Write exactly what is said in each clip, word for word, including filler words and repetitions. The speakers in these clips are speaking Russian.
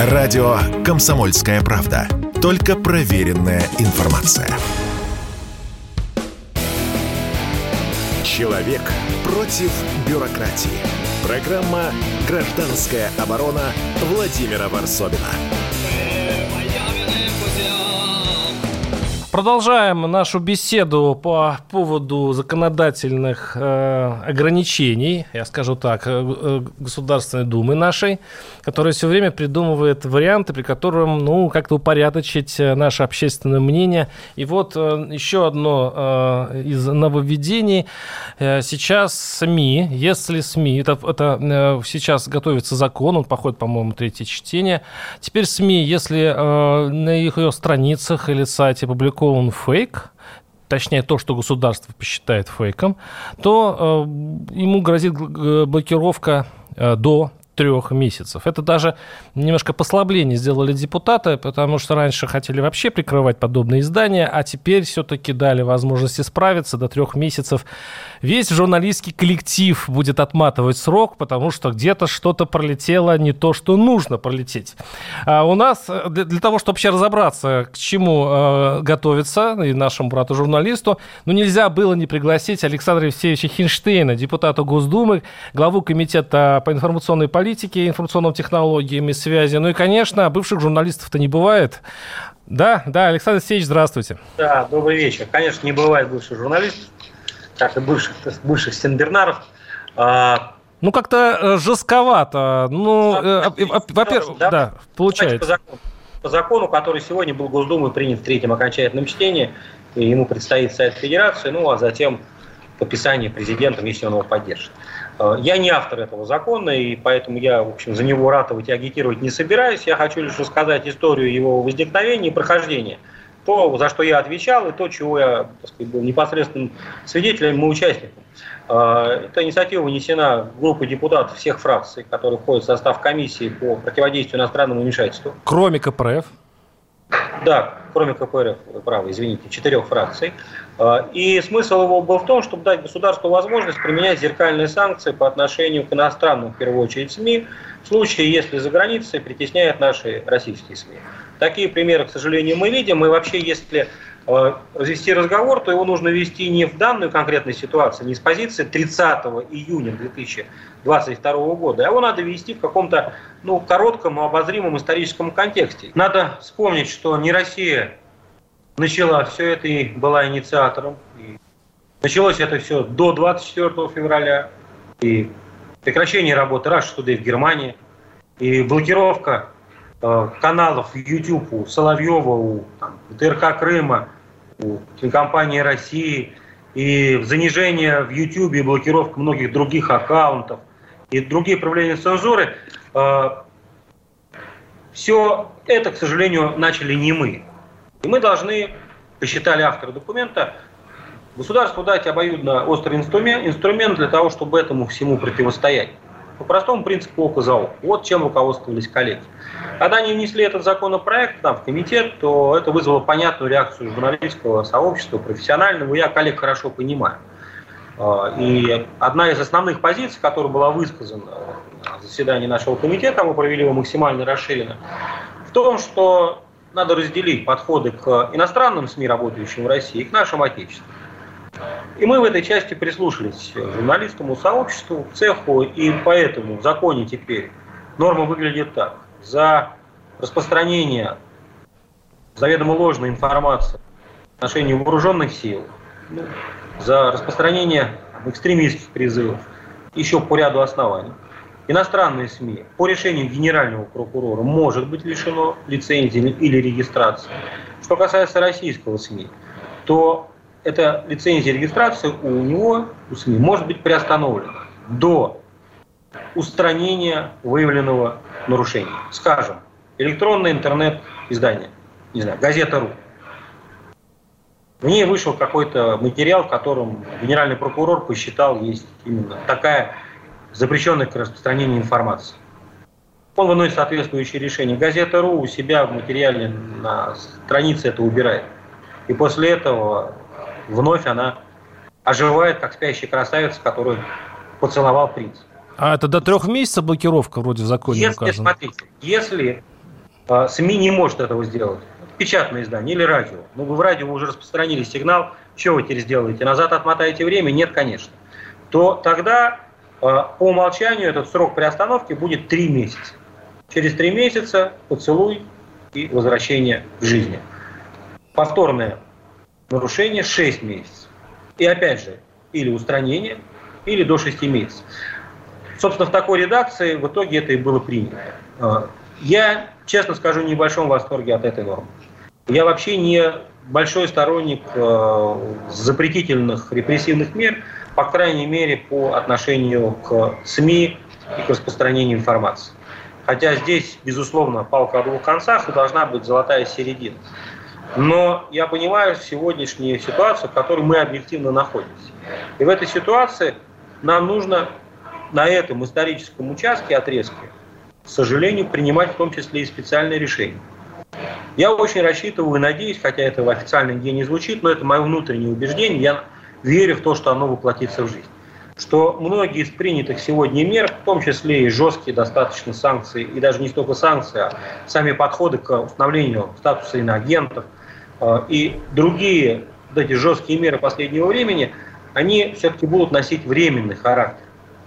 Радио «Комсомольская правда». Только проверенная информация. Человек против бюрократии. Программа «Гражданская оборона» Владимира Варсобина. Продолжаем нашу беседу по поводу законодательных э, ограничений, я скажу так, э, Государственной Думы нашей, которая все время придумывает варианты, при котором, ну, как-то упорядочить наше общественное мнение. И вот э, еще одно э, из нововведений. Э, сейчас СМИ, если СМИ, это, это э, сейчас готовится закон, он проходит, по-моему, третье чтение. Теперь СМИ, если э, на их ее страницах или сайте публикуют он фейк, точнее то, что государство посчитает фейком, то э, ему грозит блокировка э, до трех месяцев. Это даже немножко послабление сделали депутаты, потому что раньше хотели вообще прикрывать подобные издания, а теперь все-таки дали возможность исправиться до трех месяцев. Весь журналистский коллектив будет отматывать срок, потому что где-то что-то пролетело не то, что нужно пролететь. А у нас для, для того, чтобы вообще разобраться, к чему э, готовиться, и нашему брату-журналисту, ну, нельзя было не пригласить Александра Евсеевича Хинштейна, депутата Госдумы, главу комитета по информационной политике, информационным технологиям и связи. Ну и, конечно, бывших журналистов-то не бывает. Да, да, Александр Алексеевич, здравствуйте. Да, добрый вечер. Конечно, не бывает бывших журналистов, как и бывших, бывших сенбернаров. А... Ну, как-то жестковато. Ну, а, э, во-первых, да, да, получается. По закону, по закону, который сегодня был Госдумой принят в третьем окончательном чтении, и ему предстоит Совет Федерации, ну, а затем подписание президентом, если он его поддержит. Я не автор этого закона, и поэтому я, в общем, за него ратовать и агитировать не собираюсь. Я хочу лишь рассказать историю его возникновения и прохождения. То, за что я отвечал, и то, чего я, так сказать, был непосредственным свидетелем и участником. Эта инициатива внесена группой депутатов всех фракций, которые входят в состав комиссии по противодействию иностранному вмешательству. Кроме ка пэ эр эф? Да, кроме ка пэ эр эф, вы правы, извините, четырех фракций. И смысл его был в том, чтобы дать государству возможность применять зеркальные санкции по отношению к иностранным, в первую очередь, СМИ, в случае, если за границей притесняют наши российские СМИ. Такие примеры, к сожалению, мы видим. И вообще, если развести разговор, то его нужно вести не в данную конкретную ситуацию, не с позиции тридцатого июня две тысячи двадцать второго года, а его надо вести в каком-то, ну, коротком, обозримом историческом контексте. Надо вспомнить, что не Россия начала все это и была инициатором. И началось это все до двадцать четвёртого февраля. И прекращение работы Russia Today в Германии, и блокировка э, каналов YouTube у Соловьева, у там, тэ эр ка Крыма, у телекомпании России, и занижение в YouTube и блокировка многих других аккаунтов, и другие проявления цензуры. Э, все это, к сожалению, начали не мы. И мы должны, посчитали авторы документа, государству дать обоюдно острый инструмент, инструмент для того, чтобы этому всему противостоять. По простому принципу око за око. Вот чем руководствовались коллеги. Когда они внесли этот законопроект там, в комитет, то это вызвало понятную реакцию журналистского сообщества, профессионального. Я коллег хорошо понимаю. И одна из основных позиций, которая была высказана на заседании нашего комитета, мы провели его максимально расширенно, в том, что надо разделить подходы к иностранным СМИ, работающим в России, и к нашим отечественным. И мы в этой части прислушались к журналистскому сообществу, к цеху, и поэтому в законе теперь норма выглядит так. За распространение заведомо ложной информации в отношении вооруженных сил, ну, за распространение экстремистских призывов, еще по ряду оснований, иностранные СМИ по решению генерального прокурора может быть лишено лицензии или регистрации. Что касается российского СМИ, то эта лицензия и регистрация у него, у СМИ, может быть приостановлена до устранения выявленного нарушения. Скажем, электронное интернет-издание, не знаю, газета.ру. В ней вышел какой-то материал, в котором генеральный прокурор посчитал, есть именно такая запрещенная к распространению информации. Он выносит соответствующее решение. Газета.ру у себя в материале на странице это убирает. И после этого вновь она оживает, как спящая красавица, которую поцеловал принц. А это до трех месяцев блокировка вроде в законе если, указано? Смотрите, если СМИ не может этого сделать. Печатное издание или радио. Ну, вы в радио уже распространили сигнал, что вы теперь сделаете? Назад отмотаете время? Нет, конечно. То тогда по умолчанию этот срок приостановки будет три месяца. Через три месяца поцелуй и возвращение к жизни. Повторное нарушение шесть месяцев. И опять же, или устранение, или до шести месяцев. Собственно, в такой редакции в итоге это и было принято. Я, честно скажу, не в большом восторге от этой нормы. Я вообще не большой сторонник запретительных репрессивных мер, по крайней мере, по отношению к СМИ и к распространению информации. Хотя здесь, безусловно, палка о двух концах и должна быть золотая середина. Но я понимаю сегодняшнюю ситуацию, в которой мы объективно находимся. И в этой ситуации нам нужно на этом историческом участке, отрезке, к сожалению, принимать в том числе и специальные решения. Я очень рассчитываю и надеюсь, хотя это в официальном нигде не звучит, но это мое внутреннее убеждение, я верю в то, что оно воплотится в жизнь. Что многие из принятых сегодня мер, в том числе и жесткие достаточно санкции, и даже не столько санкции, а сами подходы к установлению статуса иноагентов и другие вот эти жесткие меры последнего времени, они все-таки будут носить временный характер.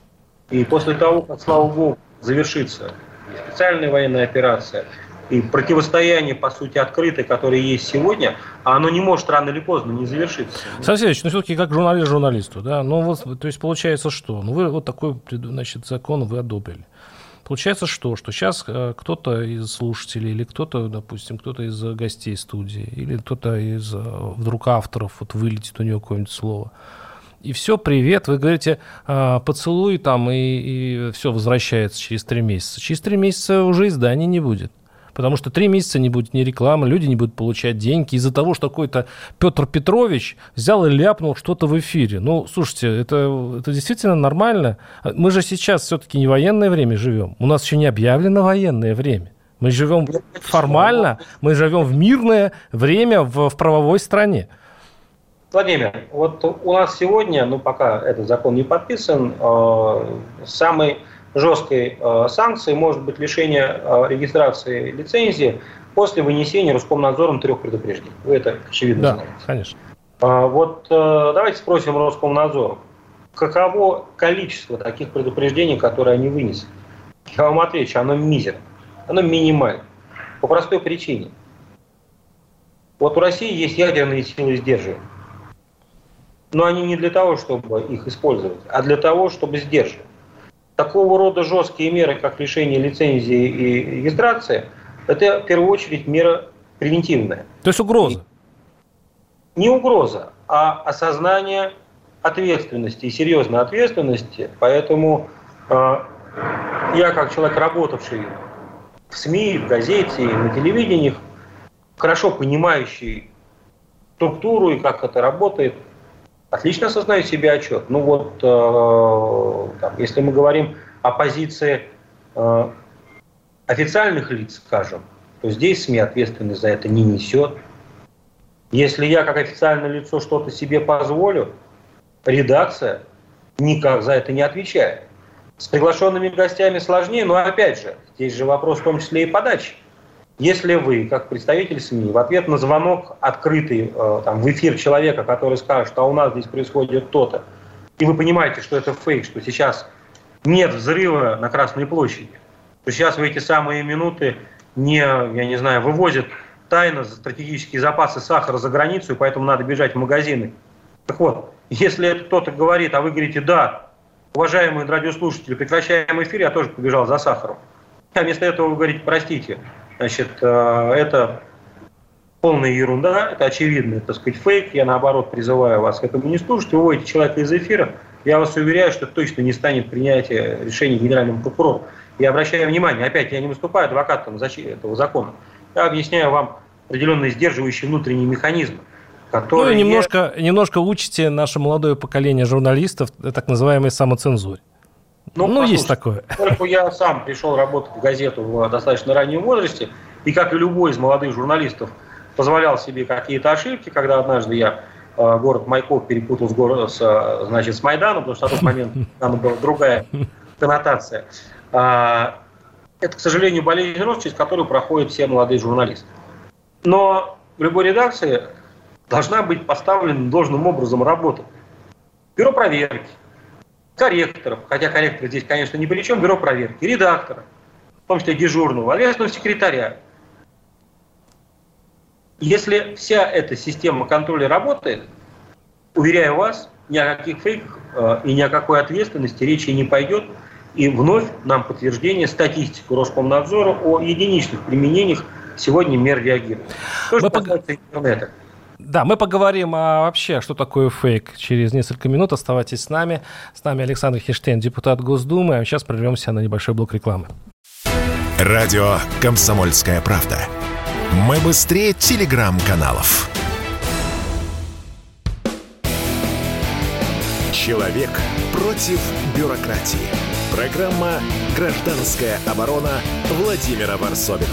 И после того, как, слава богу, завершится и специальная военная операция, и противостояние, по сути, открытое, которое есть сегодня, а оно не может рано или поздно не завершиться. Алексей Алексеевич, ну все-таки как журналист журналисту, да, ну вот, то есть получается что? Ну вы вот такой, значит, закон вы одобрили. Получается что? Что сейчас кто-то из слушателей или кто-то, допустим, кто-то из гостей студии или кто-то из вдруг авторов, вот вылетит у него какое-нибудь слово, и все, привет, вы говорите, поцелуй там, и, и все возвращается через три месяца. Через три месяца уже изданий не будет. Потому что три месяца не будет ни рекламы, люди не будут получать деньги из-за того, что какой-то Петр Петрович взял и ляпнул что-то в эфире. Ну, слушайте, это, это действительно нормально. Мы же сейчас все-таки не в военное время живем. У нас еще не объявлено военное время. Мы живем формально, мы живем в мирное время в, в правовой стране. Владимир, вот у нас сегодня, ну пока этот закон не подписан, э, самый жесткой э, санкцией может быть лишение э, регистрации лицензии после вынесения Роскомнадзором трех предупреждений. Вы это очевидно да, знаете. Конечно. Э, вот э, давайте спросим Роскомнадзор, каково количество таких предупреждений, которые они вынесли? Я вам отвечу, оно мизерно, оно минимально. По простой причине. Вот у России есть ядерные силы сдерживания. Но они не для того, чтобы их использовать, а для того, чтобы сдерживать. Такого рода жесткие меры, как лишение лицензии и регистрации, это в первую очередь мера превентивная. То есть угроза? И не угроза, а осознание ответственности и серьезной ответственности. Поэтому э, я, как человек, работавший в СМИ, в газете, на телевидении, хорошо понимающий структуру и как это работает, отлично осознаю себе отчет. Ну вот, э, там, если мы говорим о позиции э, официальных лиц, скажем, то здесь СМИ ответственность за это не несет. Если я как официальное лицо что-то себе позволю, редакция никак за это не отвечает. С приглашенными гостями сложнее, но опять же, здесь же вопрос в том числе и подачи. Если вы, как представитель СМИ, в ответ на звонок открытый э, там, в эфир человека, который скажет, что у нас здесь происходит то-то, и вы понимаете, что это фейк, что сейчас нет взрыва на Красной площади, то сейчас в эти самые минуты не, я не знаю, вывозят тайно стратегические запасы сахара за границу, и поэтому надо бежать в магазины. Так вот, если кто-то говорит, а вы говорите, да, уважаемые радиослушатели, прекращаем эфир, я тоже побежал за сахаром. А вместо этого вы говорите, простите, значит, это полная ерунда, это очевидно, так сказать, фейк. Я, наоборот, призываю вас к этому не слушать. Вы выводите человека из эфира. Я вас уверяю, что это точно не станет принятия решения генерального прокурора. Я обращаю внимание, опять, я не выступаю адвокатом этого закона. Я объясняю вам определенные сдерживающие внутренние механизмы, которые... Ну и немножко, немножко учите наше молодое поколение журналистов так называемой самоцензуре. Ну, ну есть такое. Поскольку я сам пришел работать в газету в достаточно раннем возрасте, и как и любой из молодых журналистов, позволял себе какие-то ошибки, когда однажды я э, город Майков перепутал с, город, с, значит, с Майданом, потому что на тот момент там была другая коннотация. Э, это, к сожалению, болезнь роста, через которую проходят все молодые журналисты. Но в любой редакции должна быть поставлена должным образом работа. Бюро проверки, корректоров, хотя корректоры здесь, конечно, ни при чем, бюро проверки, редактора, в том числе дежурного, ответственного секретаря. Если вся эта система контроля работает, уверяю вас, ни о каких фейках э, и ни о какой ответственности речи не пойдет. И вновь нам подтверждение статистики Роскомнадзора о единичных применениях сегодня мер реагирования. Что же касается интернета. Да, мы поговорим о, вообще, что такое фейк, через несколько минут. Оставайтесь с нами. С нами Александр Хинштейн, депутат Госдумы. А сейчас прервемся на небольшой блок рекламы. Радио «Комсомольская правда». Мы быстрее телеграм-каналов. Человек против бюрократии. Программа «Гражданская оборона» Владимира Варсобина.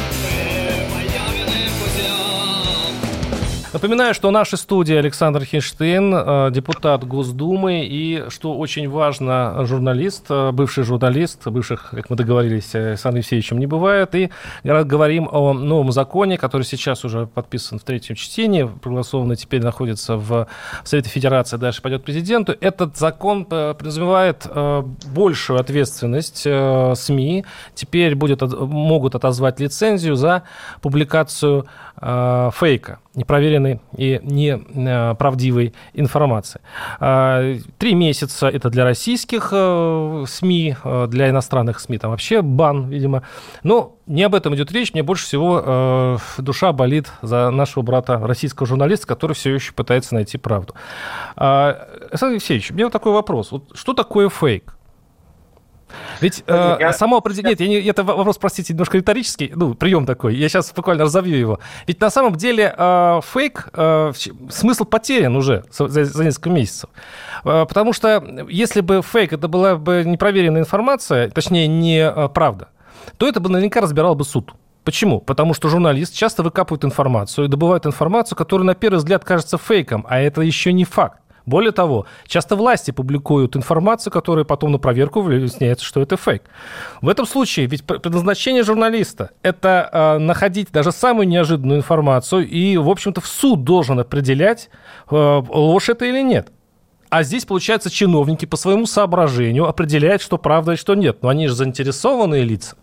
Напоминаю, что в нашей студии Александр Хинштейн, депутат Госдумы, и, что очень важно, журналист, бывший журналист, бывших, как мы договорились, с Александром Евсеевичем не бывает, и говорим о новом законе, который сейчас уже подписан в третьем чтении, проголосованный теперь находится в Совете Федерации, дальше пойдет президенту. Этот закон подразумевает большую ответственность СМИ, теперь будет, могут отозвать лицензию за публикацию фейка, непроверенной и неправдивой информации. Три месяца это для российских СМИ, для иностранных СМИ там вообще бан, видимо. Но не об этом идет речь. Мне больше всего душа болит за нашего брата, российского журналиста, который все еще пытается найти правду. Александр Алексеевич, у меня вот такой вопрос. Вот что такое фейк? Ведь э, я... само определение, нет, я не, это вопрос, простите, немножко риторический, ну, прием такой, я сейчас буквально разовью его. Ведь на самом деле э, фейк, э, смысл потерян уже за, за несколько месяцев. Э, потому что если бы фейк, это была бы непроверенная информация, точнее, не э, правда, то это бы наверняка разбирал бы суд. Почему? Потому что журналист часто выкапывает информацию, добывает информацию, которая на первый взгляд кажется фейком, а это еще не факт. Более того, часто власти публикуют информацию, которая потом на проверку выясняется, что это фейк. В этом случае ведь предназначение журналиста – это э, находить даже самую неожиданную информацию, и, в общем-то, в суд должен определять, э, ложь это или нет. А здесь, получается, чиновники по своему соображению определяют, что правда и что нет. Но они же заинтересованные лица.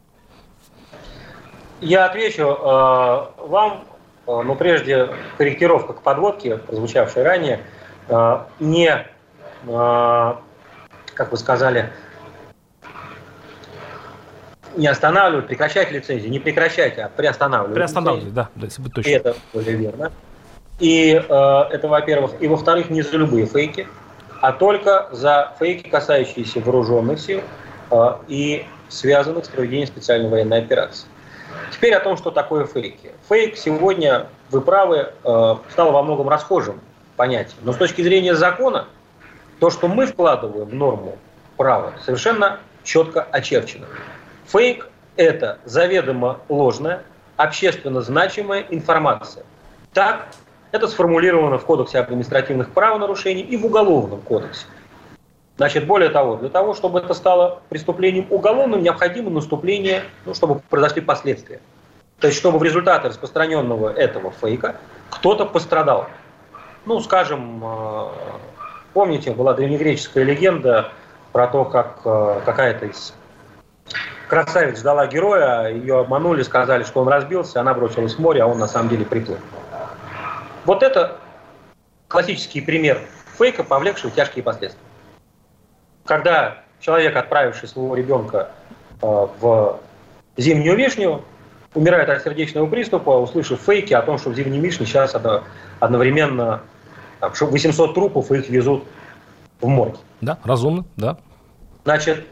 Я отвечу э, вам, э, но прежде корректировка к подводке, прозвучавшей ранее. Не, как вы сказали, не останавливать, прекращать лицензию, не прекращать, а приостанавливать. Приостанавливать, да, если быть точно. И это более верно. И это, во-первых. И, во-вторых, не за любые фейки, а только за фейки, касающиеся вооруженных сил и связанных с проведением специальной военной операции. Теперь о том, что такое фейки. Фейк сегодня, вы правы, стал во многом расхожим понятие. Но с точки зрения закона, то, что мы вкладываем в норму права, совершенно четко очерчено. Фейк – это заведомо ложная, общественно значимая информация. Так это сформулировано в Кодексе административных правонарушений и в Уголовном кодексе. Значит, более того, для того, чтобы это стало преступлением уголовным, необходимо наступление, ну, чтобы произошли последствия. То есть, чтобы в результате распространенного этого фейка кто-то пострадал. Ну, скажем, помните, была древнегреческая легенда про то, как какая-то из красавиц ждала героя, ее обманули, сказали, что он разбился, она бросилась в море, а он на самом деле приплыл. Вот это классический пример фейка, повлекшего тяжкие последствия. Когда человек, отправивший своего ребенка в зимнюю вишню, умирает от сердечного приступа, услышав фейки о том, что в зимней вишне сейчас одновременно там, восемьсот трупов, и их везут в морг. Да, разумно, да. Значит,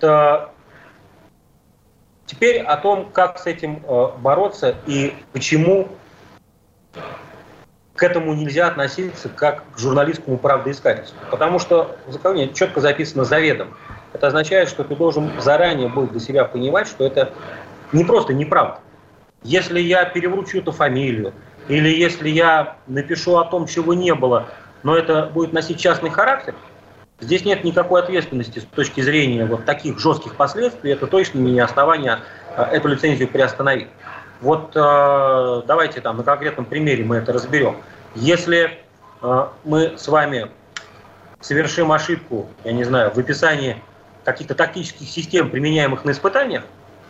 теперь о том, как с этим бороться и почему к этому нельзя относиться как к журналистскому правдоискательству. Потому что в законе четко записано заведомо. Это означает, что ты должен заранее будет для себя понимать, что это не просто неправда. Если я перевру чью-то фамилию, или если я напишу о том, чего не было, но это будет носить частный характер, Здесь нет никакой ответственности с точки зрения вот таких жестких последствий. Это точно не основание эту лицензию приостановить. Вот э, давайте там на конкретном примере мы это разберем. Если э, мы с вами совершим ошибку, я не знаю, в описании каких-то тактических систем, применяемых на испытаниях,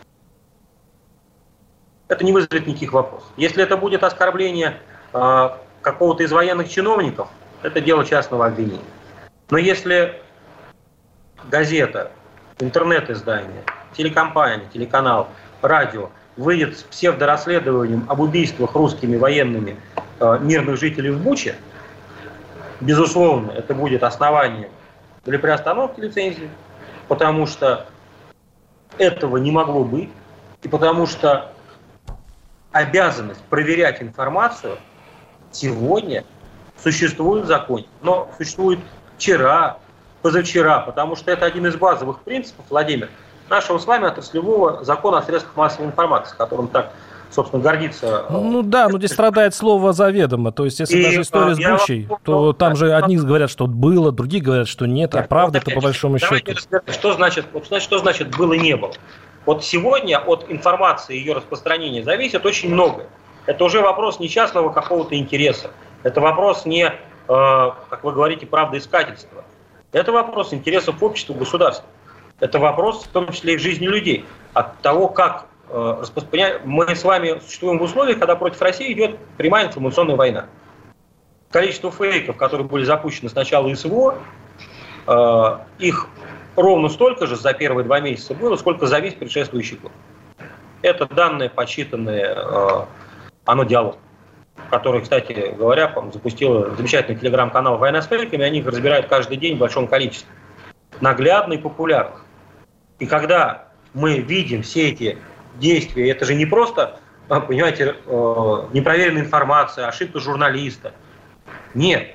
это не вызовет никаких вопросов. Если это будет оскорбление э, какого-то из военных чиновников, это дело частного обвинения. Но если газета, интернет-издание, телекомпания, телеканал, радио выйдет с псевдорасследованием об убийствах русскими военными э, мирных жителей в Буче, безусловно, это будет основанием для приостановки лицензии, потому что этого не могло быть, и потому что обязанность проверять информацию сегодня существует в законе, но существует вчера, позавчера, потому что это один из базовых принципов, Владимир, нашего с вами отраслевого закона о средствах массовой информации, которым так, собственно, гордится. Ну да, но здесь страдает слово заведомо. То есть, если и, даже история а, с Бучей, вам... то там же одни говорят, что было, другие говорят, что нет, нет а правда-то по большому счету. Что значит, вот, что значит было, не было? Вот сегодня от информации и ее распространения зависит очень многое. Это уже вопрос не частного какого-то интереса. Это вопрос не, э, как вы говорите, правдоискательства. Это вопрос интересов общества, государства. Это вопрос, в том числе и в жизни людей. От того, как э, распространяем... Мы с вами существуем в условиях, когда против России идет прямая информационная война. Количество фейков, которые были запущены с начала СВО, э, их ровно столько же за первые два месяца было, сколько за весь предшествующий год. Это данные, подсчитанные, э, оно диалог, который, кстати говоря, запустил замечательный телеграм-канал «Война с фейками», они их разбирают каждый день в большом количестве. Наглядно и популярно. И когда мы видим все эти действия, это же не просто, понимаете, э, непроверенная информация, ошибка журналиста. Нет.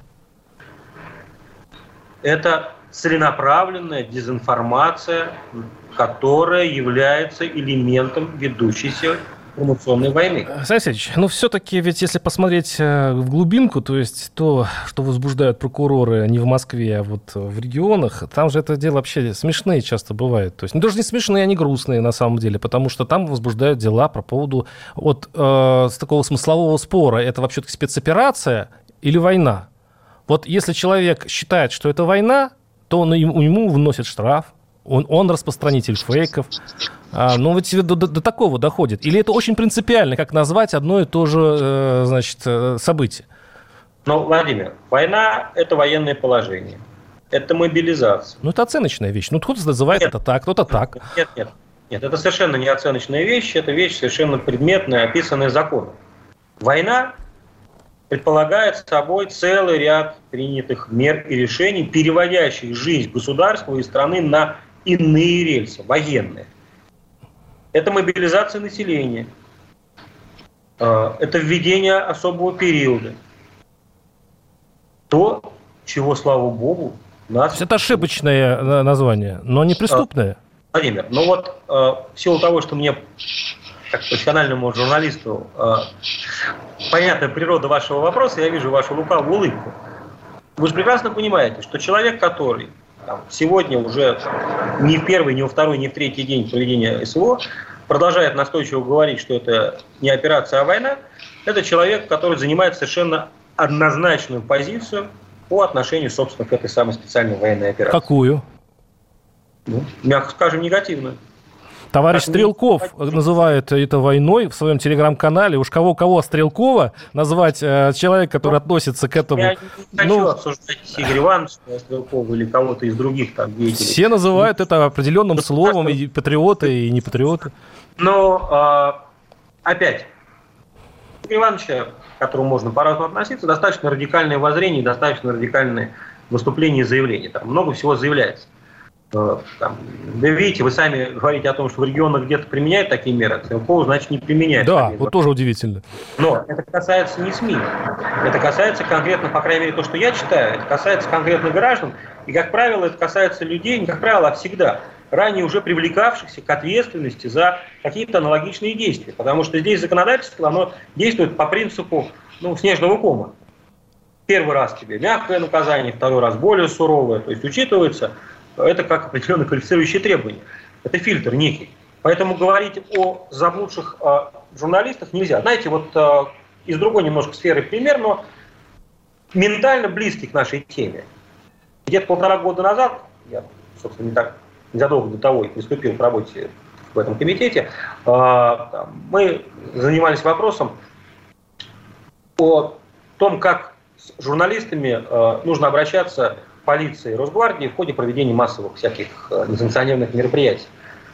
Это целенаправленная дезинформация, которая является элементом ведущейся информационной войны. Александр Алексеевич, ну все-таки ведь если посмотреть в глубинку, то есть то, что возбуждают прокуроры не в Москве, а вот в регионах, там же это дело вообще смешные часто бывает. То есть, ну даже не смешные, они грустные на самом деле, потому что там возбуждают дела по поводу от э, с такого смыслового спора, это вообще-таки спецоперация или война. Вот если человек считает, что это война, то он, ему вносят штраф, Он, он распространитель фейков. А, ну, ведь до, до, до такого доходит. Или это очень принципиально, как назвать одно и то же, э, значит, событие? Ну, Владимир, война – это военное положение. Это мобилизация. Ну, это оценочная вещь. Ну, кто-то называет нет, это так, кто-то так. Нет, нет. Нет, это совершенно не оценочная вещь. Это вещь совершенно предметная, описанная законом. Война предполагает собой целый ряд принятых мер и решений, переводящих жизнь государства и страны на иные рельсы, военные. Это мобилизация населения, это введение особого периода. То, чего, слава богу, нас... Это ошибочное название, но не преступное. Владимир, ну вот в силу того, что мне, как профессиональному журналисту, понятна природа вашего вопроса, я вижу вашу лукавую улыбку. Вы же прекрасно понимаете, что человек, который там, сегодня уже не в первый, не во второй, не в третий день проведения СВО продолжает настойчиво говорить, что это не операция, а война, это человек, который занимает совершенно однозначную позицию по отношению, собственно, к этой самой специальной военной операции. Какую? Ну, мягко скажем, негативную. Товарищ Стрелков называет это войной в своем телеграм-канале. Уж кого-кого Стрелкова назвать э, человек, который ну, относится к этому... Я не хочу ну, обсуждать Игоря Ивановича Стрелкова или кого-то из других там деятелей. Все называют ну, это определенным ну, словом, и патриоты, и не патриоты. Но, э, опять, Игоря Ивановича, к которому можно по-разному относиться, достаточно радикальное воззрение, достаточно радикальные выступления и заявления. Там много всего заявляется. Там, да видите, вы сами говорите о том, что в регионах где-то применяют такие меры, Стрелкова, значит, не применяют. Да, вот меры. Тоже удивительно. Но это касается не СМИ. Это касается конкретно, по крайней мере, то, что я читаю, это касается конкретных граждан. И, как правило, это касается людей, не как правило, а всегда, ранее уже привлекавшихся к ответственности за какие-то аналогичные действия. Потому что здесь законодательство, оно действует по принципу ну, снежного кома. первый раз тебе мягкое наказание, второй раз более суровое. То есть учитывается это как определенные квалифицирующие требования. Это фильтр некий. Поэтому говорить о заблудших э, журналистах нельзя. Знаете, вот э, из другой немножко сферы пример, но ментально близкий к нашей теме. Где-то полтора года назад, я, собственно, не так незадолго до того и приступил к работе в этом комитете, э, мы занимались вопросом о том, как с журналистами э, нужно обращаться полиции и Росгвардии в ходе проведения массовых всяких э, несанкционированных мероприятий.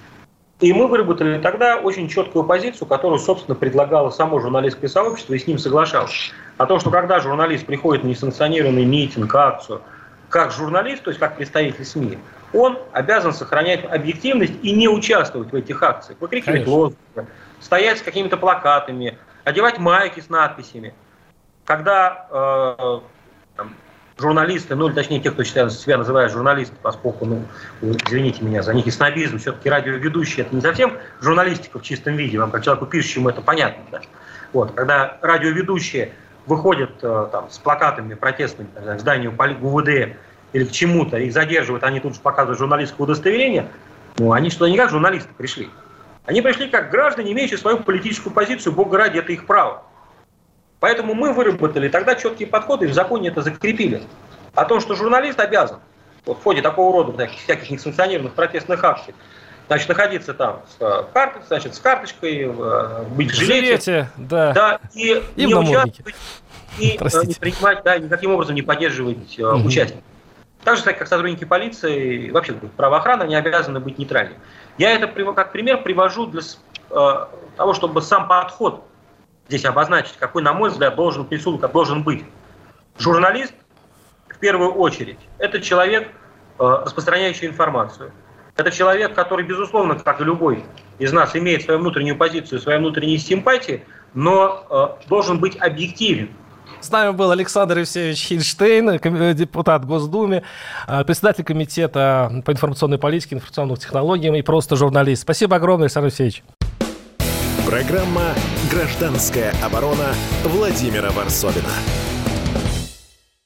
И мы выработали тогда очень четкую позицию, которую, собственно, предлагало само журналистское сообщество и с ним соглашалось. О том, что когда журналист приходит на несанкционированный митинг, акцию, как журналист, то есть как представитель СМИ, он обязан сохранять объективность и не участвовать в этих акциях, выкрикивать лозунги, стоять с какими-то плакатами, одевать майки с надписями. Когда э, там, журналисты, ну или точнее те, кто себя называют журналистами, поскольку, ну, извините меня, за них и снобизм, все-таки радиоведущие это не совсем журналистика в чистом виде, вам как человеку пишущему это понятно. Да? Вот, когда радиоведущие выходят э, там, с плакатами протестными к зданию ГУВД или к чему-то, их задерживают, они тут же показывают журналистское удостоверение, ну они что, не как журналисты пришли. Они пришли как граждане, имеющие свою политическую позицию, бога ради, это их право. Поэтому мы выработали тогда четкие подходы и в законе это закрепили. О том, что журналист обязан вот, в ходе такого рода таких, всяких несанкционированных протестных акций, значит, находиться там с, картой, значит, с карточкой, быть в жилете, жилете да. Да, и, и не участвовать, и не принимать, да, никаким образом не поддерживать угу. участников. Так же, как сотрудники полиции, вообще правоохраны, они обязаны быть нейтральными. Я это как пример привожу для того, чтобы сам подход здесь обозначить, какой, на мой взгляд, должен присутствовать, как должен быть. Журналист, в первую очередь, это человек, распространяющий информацию. Это человек, который, безусловно, как и любой из нас, имеет свою внутреннюю позицию, свои внутренние симпатии, но должен быть объективен. С нами был Александр Евсеевич Хинштейн, депутат в Госдуме, председатель комитета по информационной политике, информационным технологиям и просто журналист. Спасибо огромное, Александр Евсеевич. Программа «Гражданская оборона» Владимира Варсовина.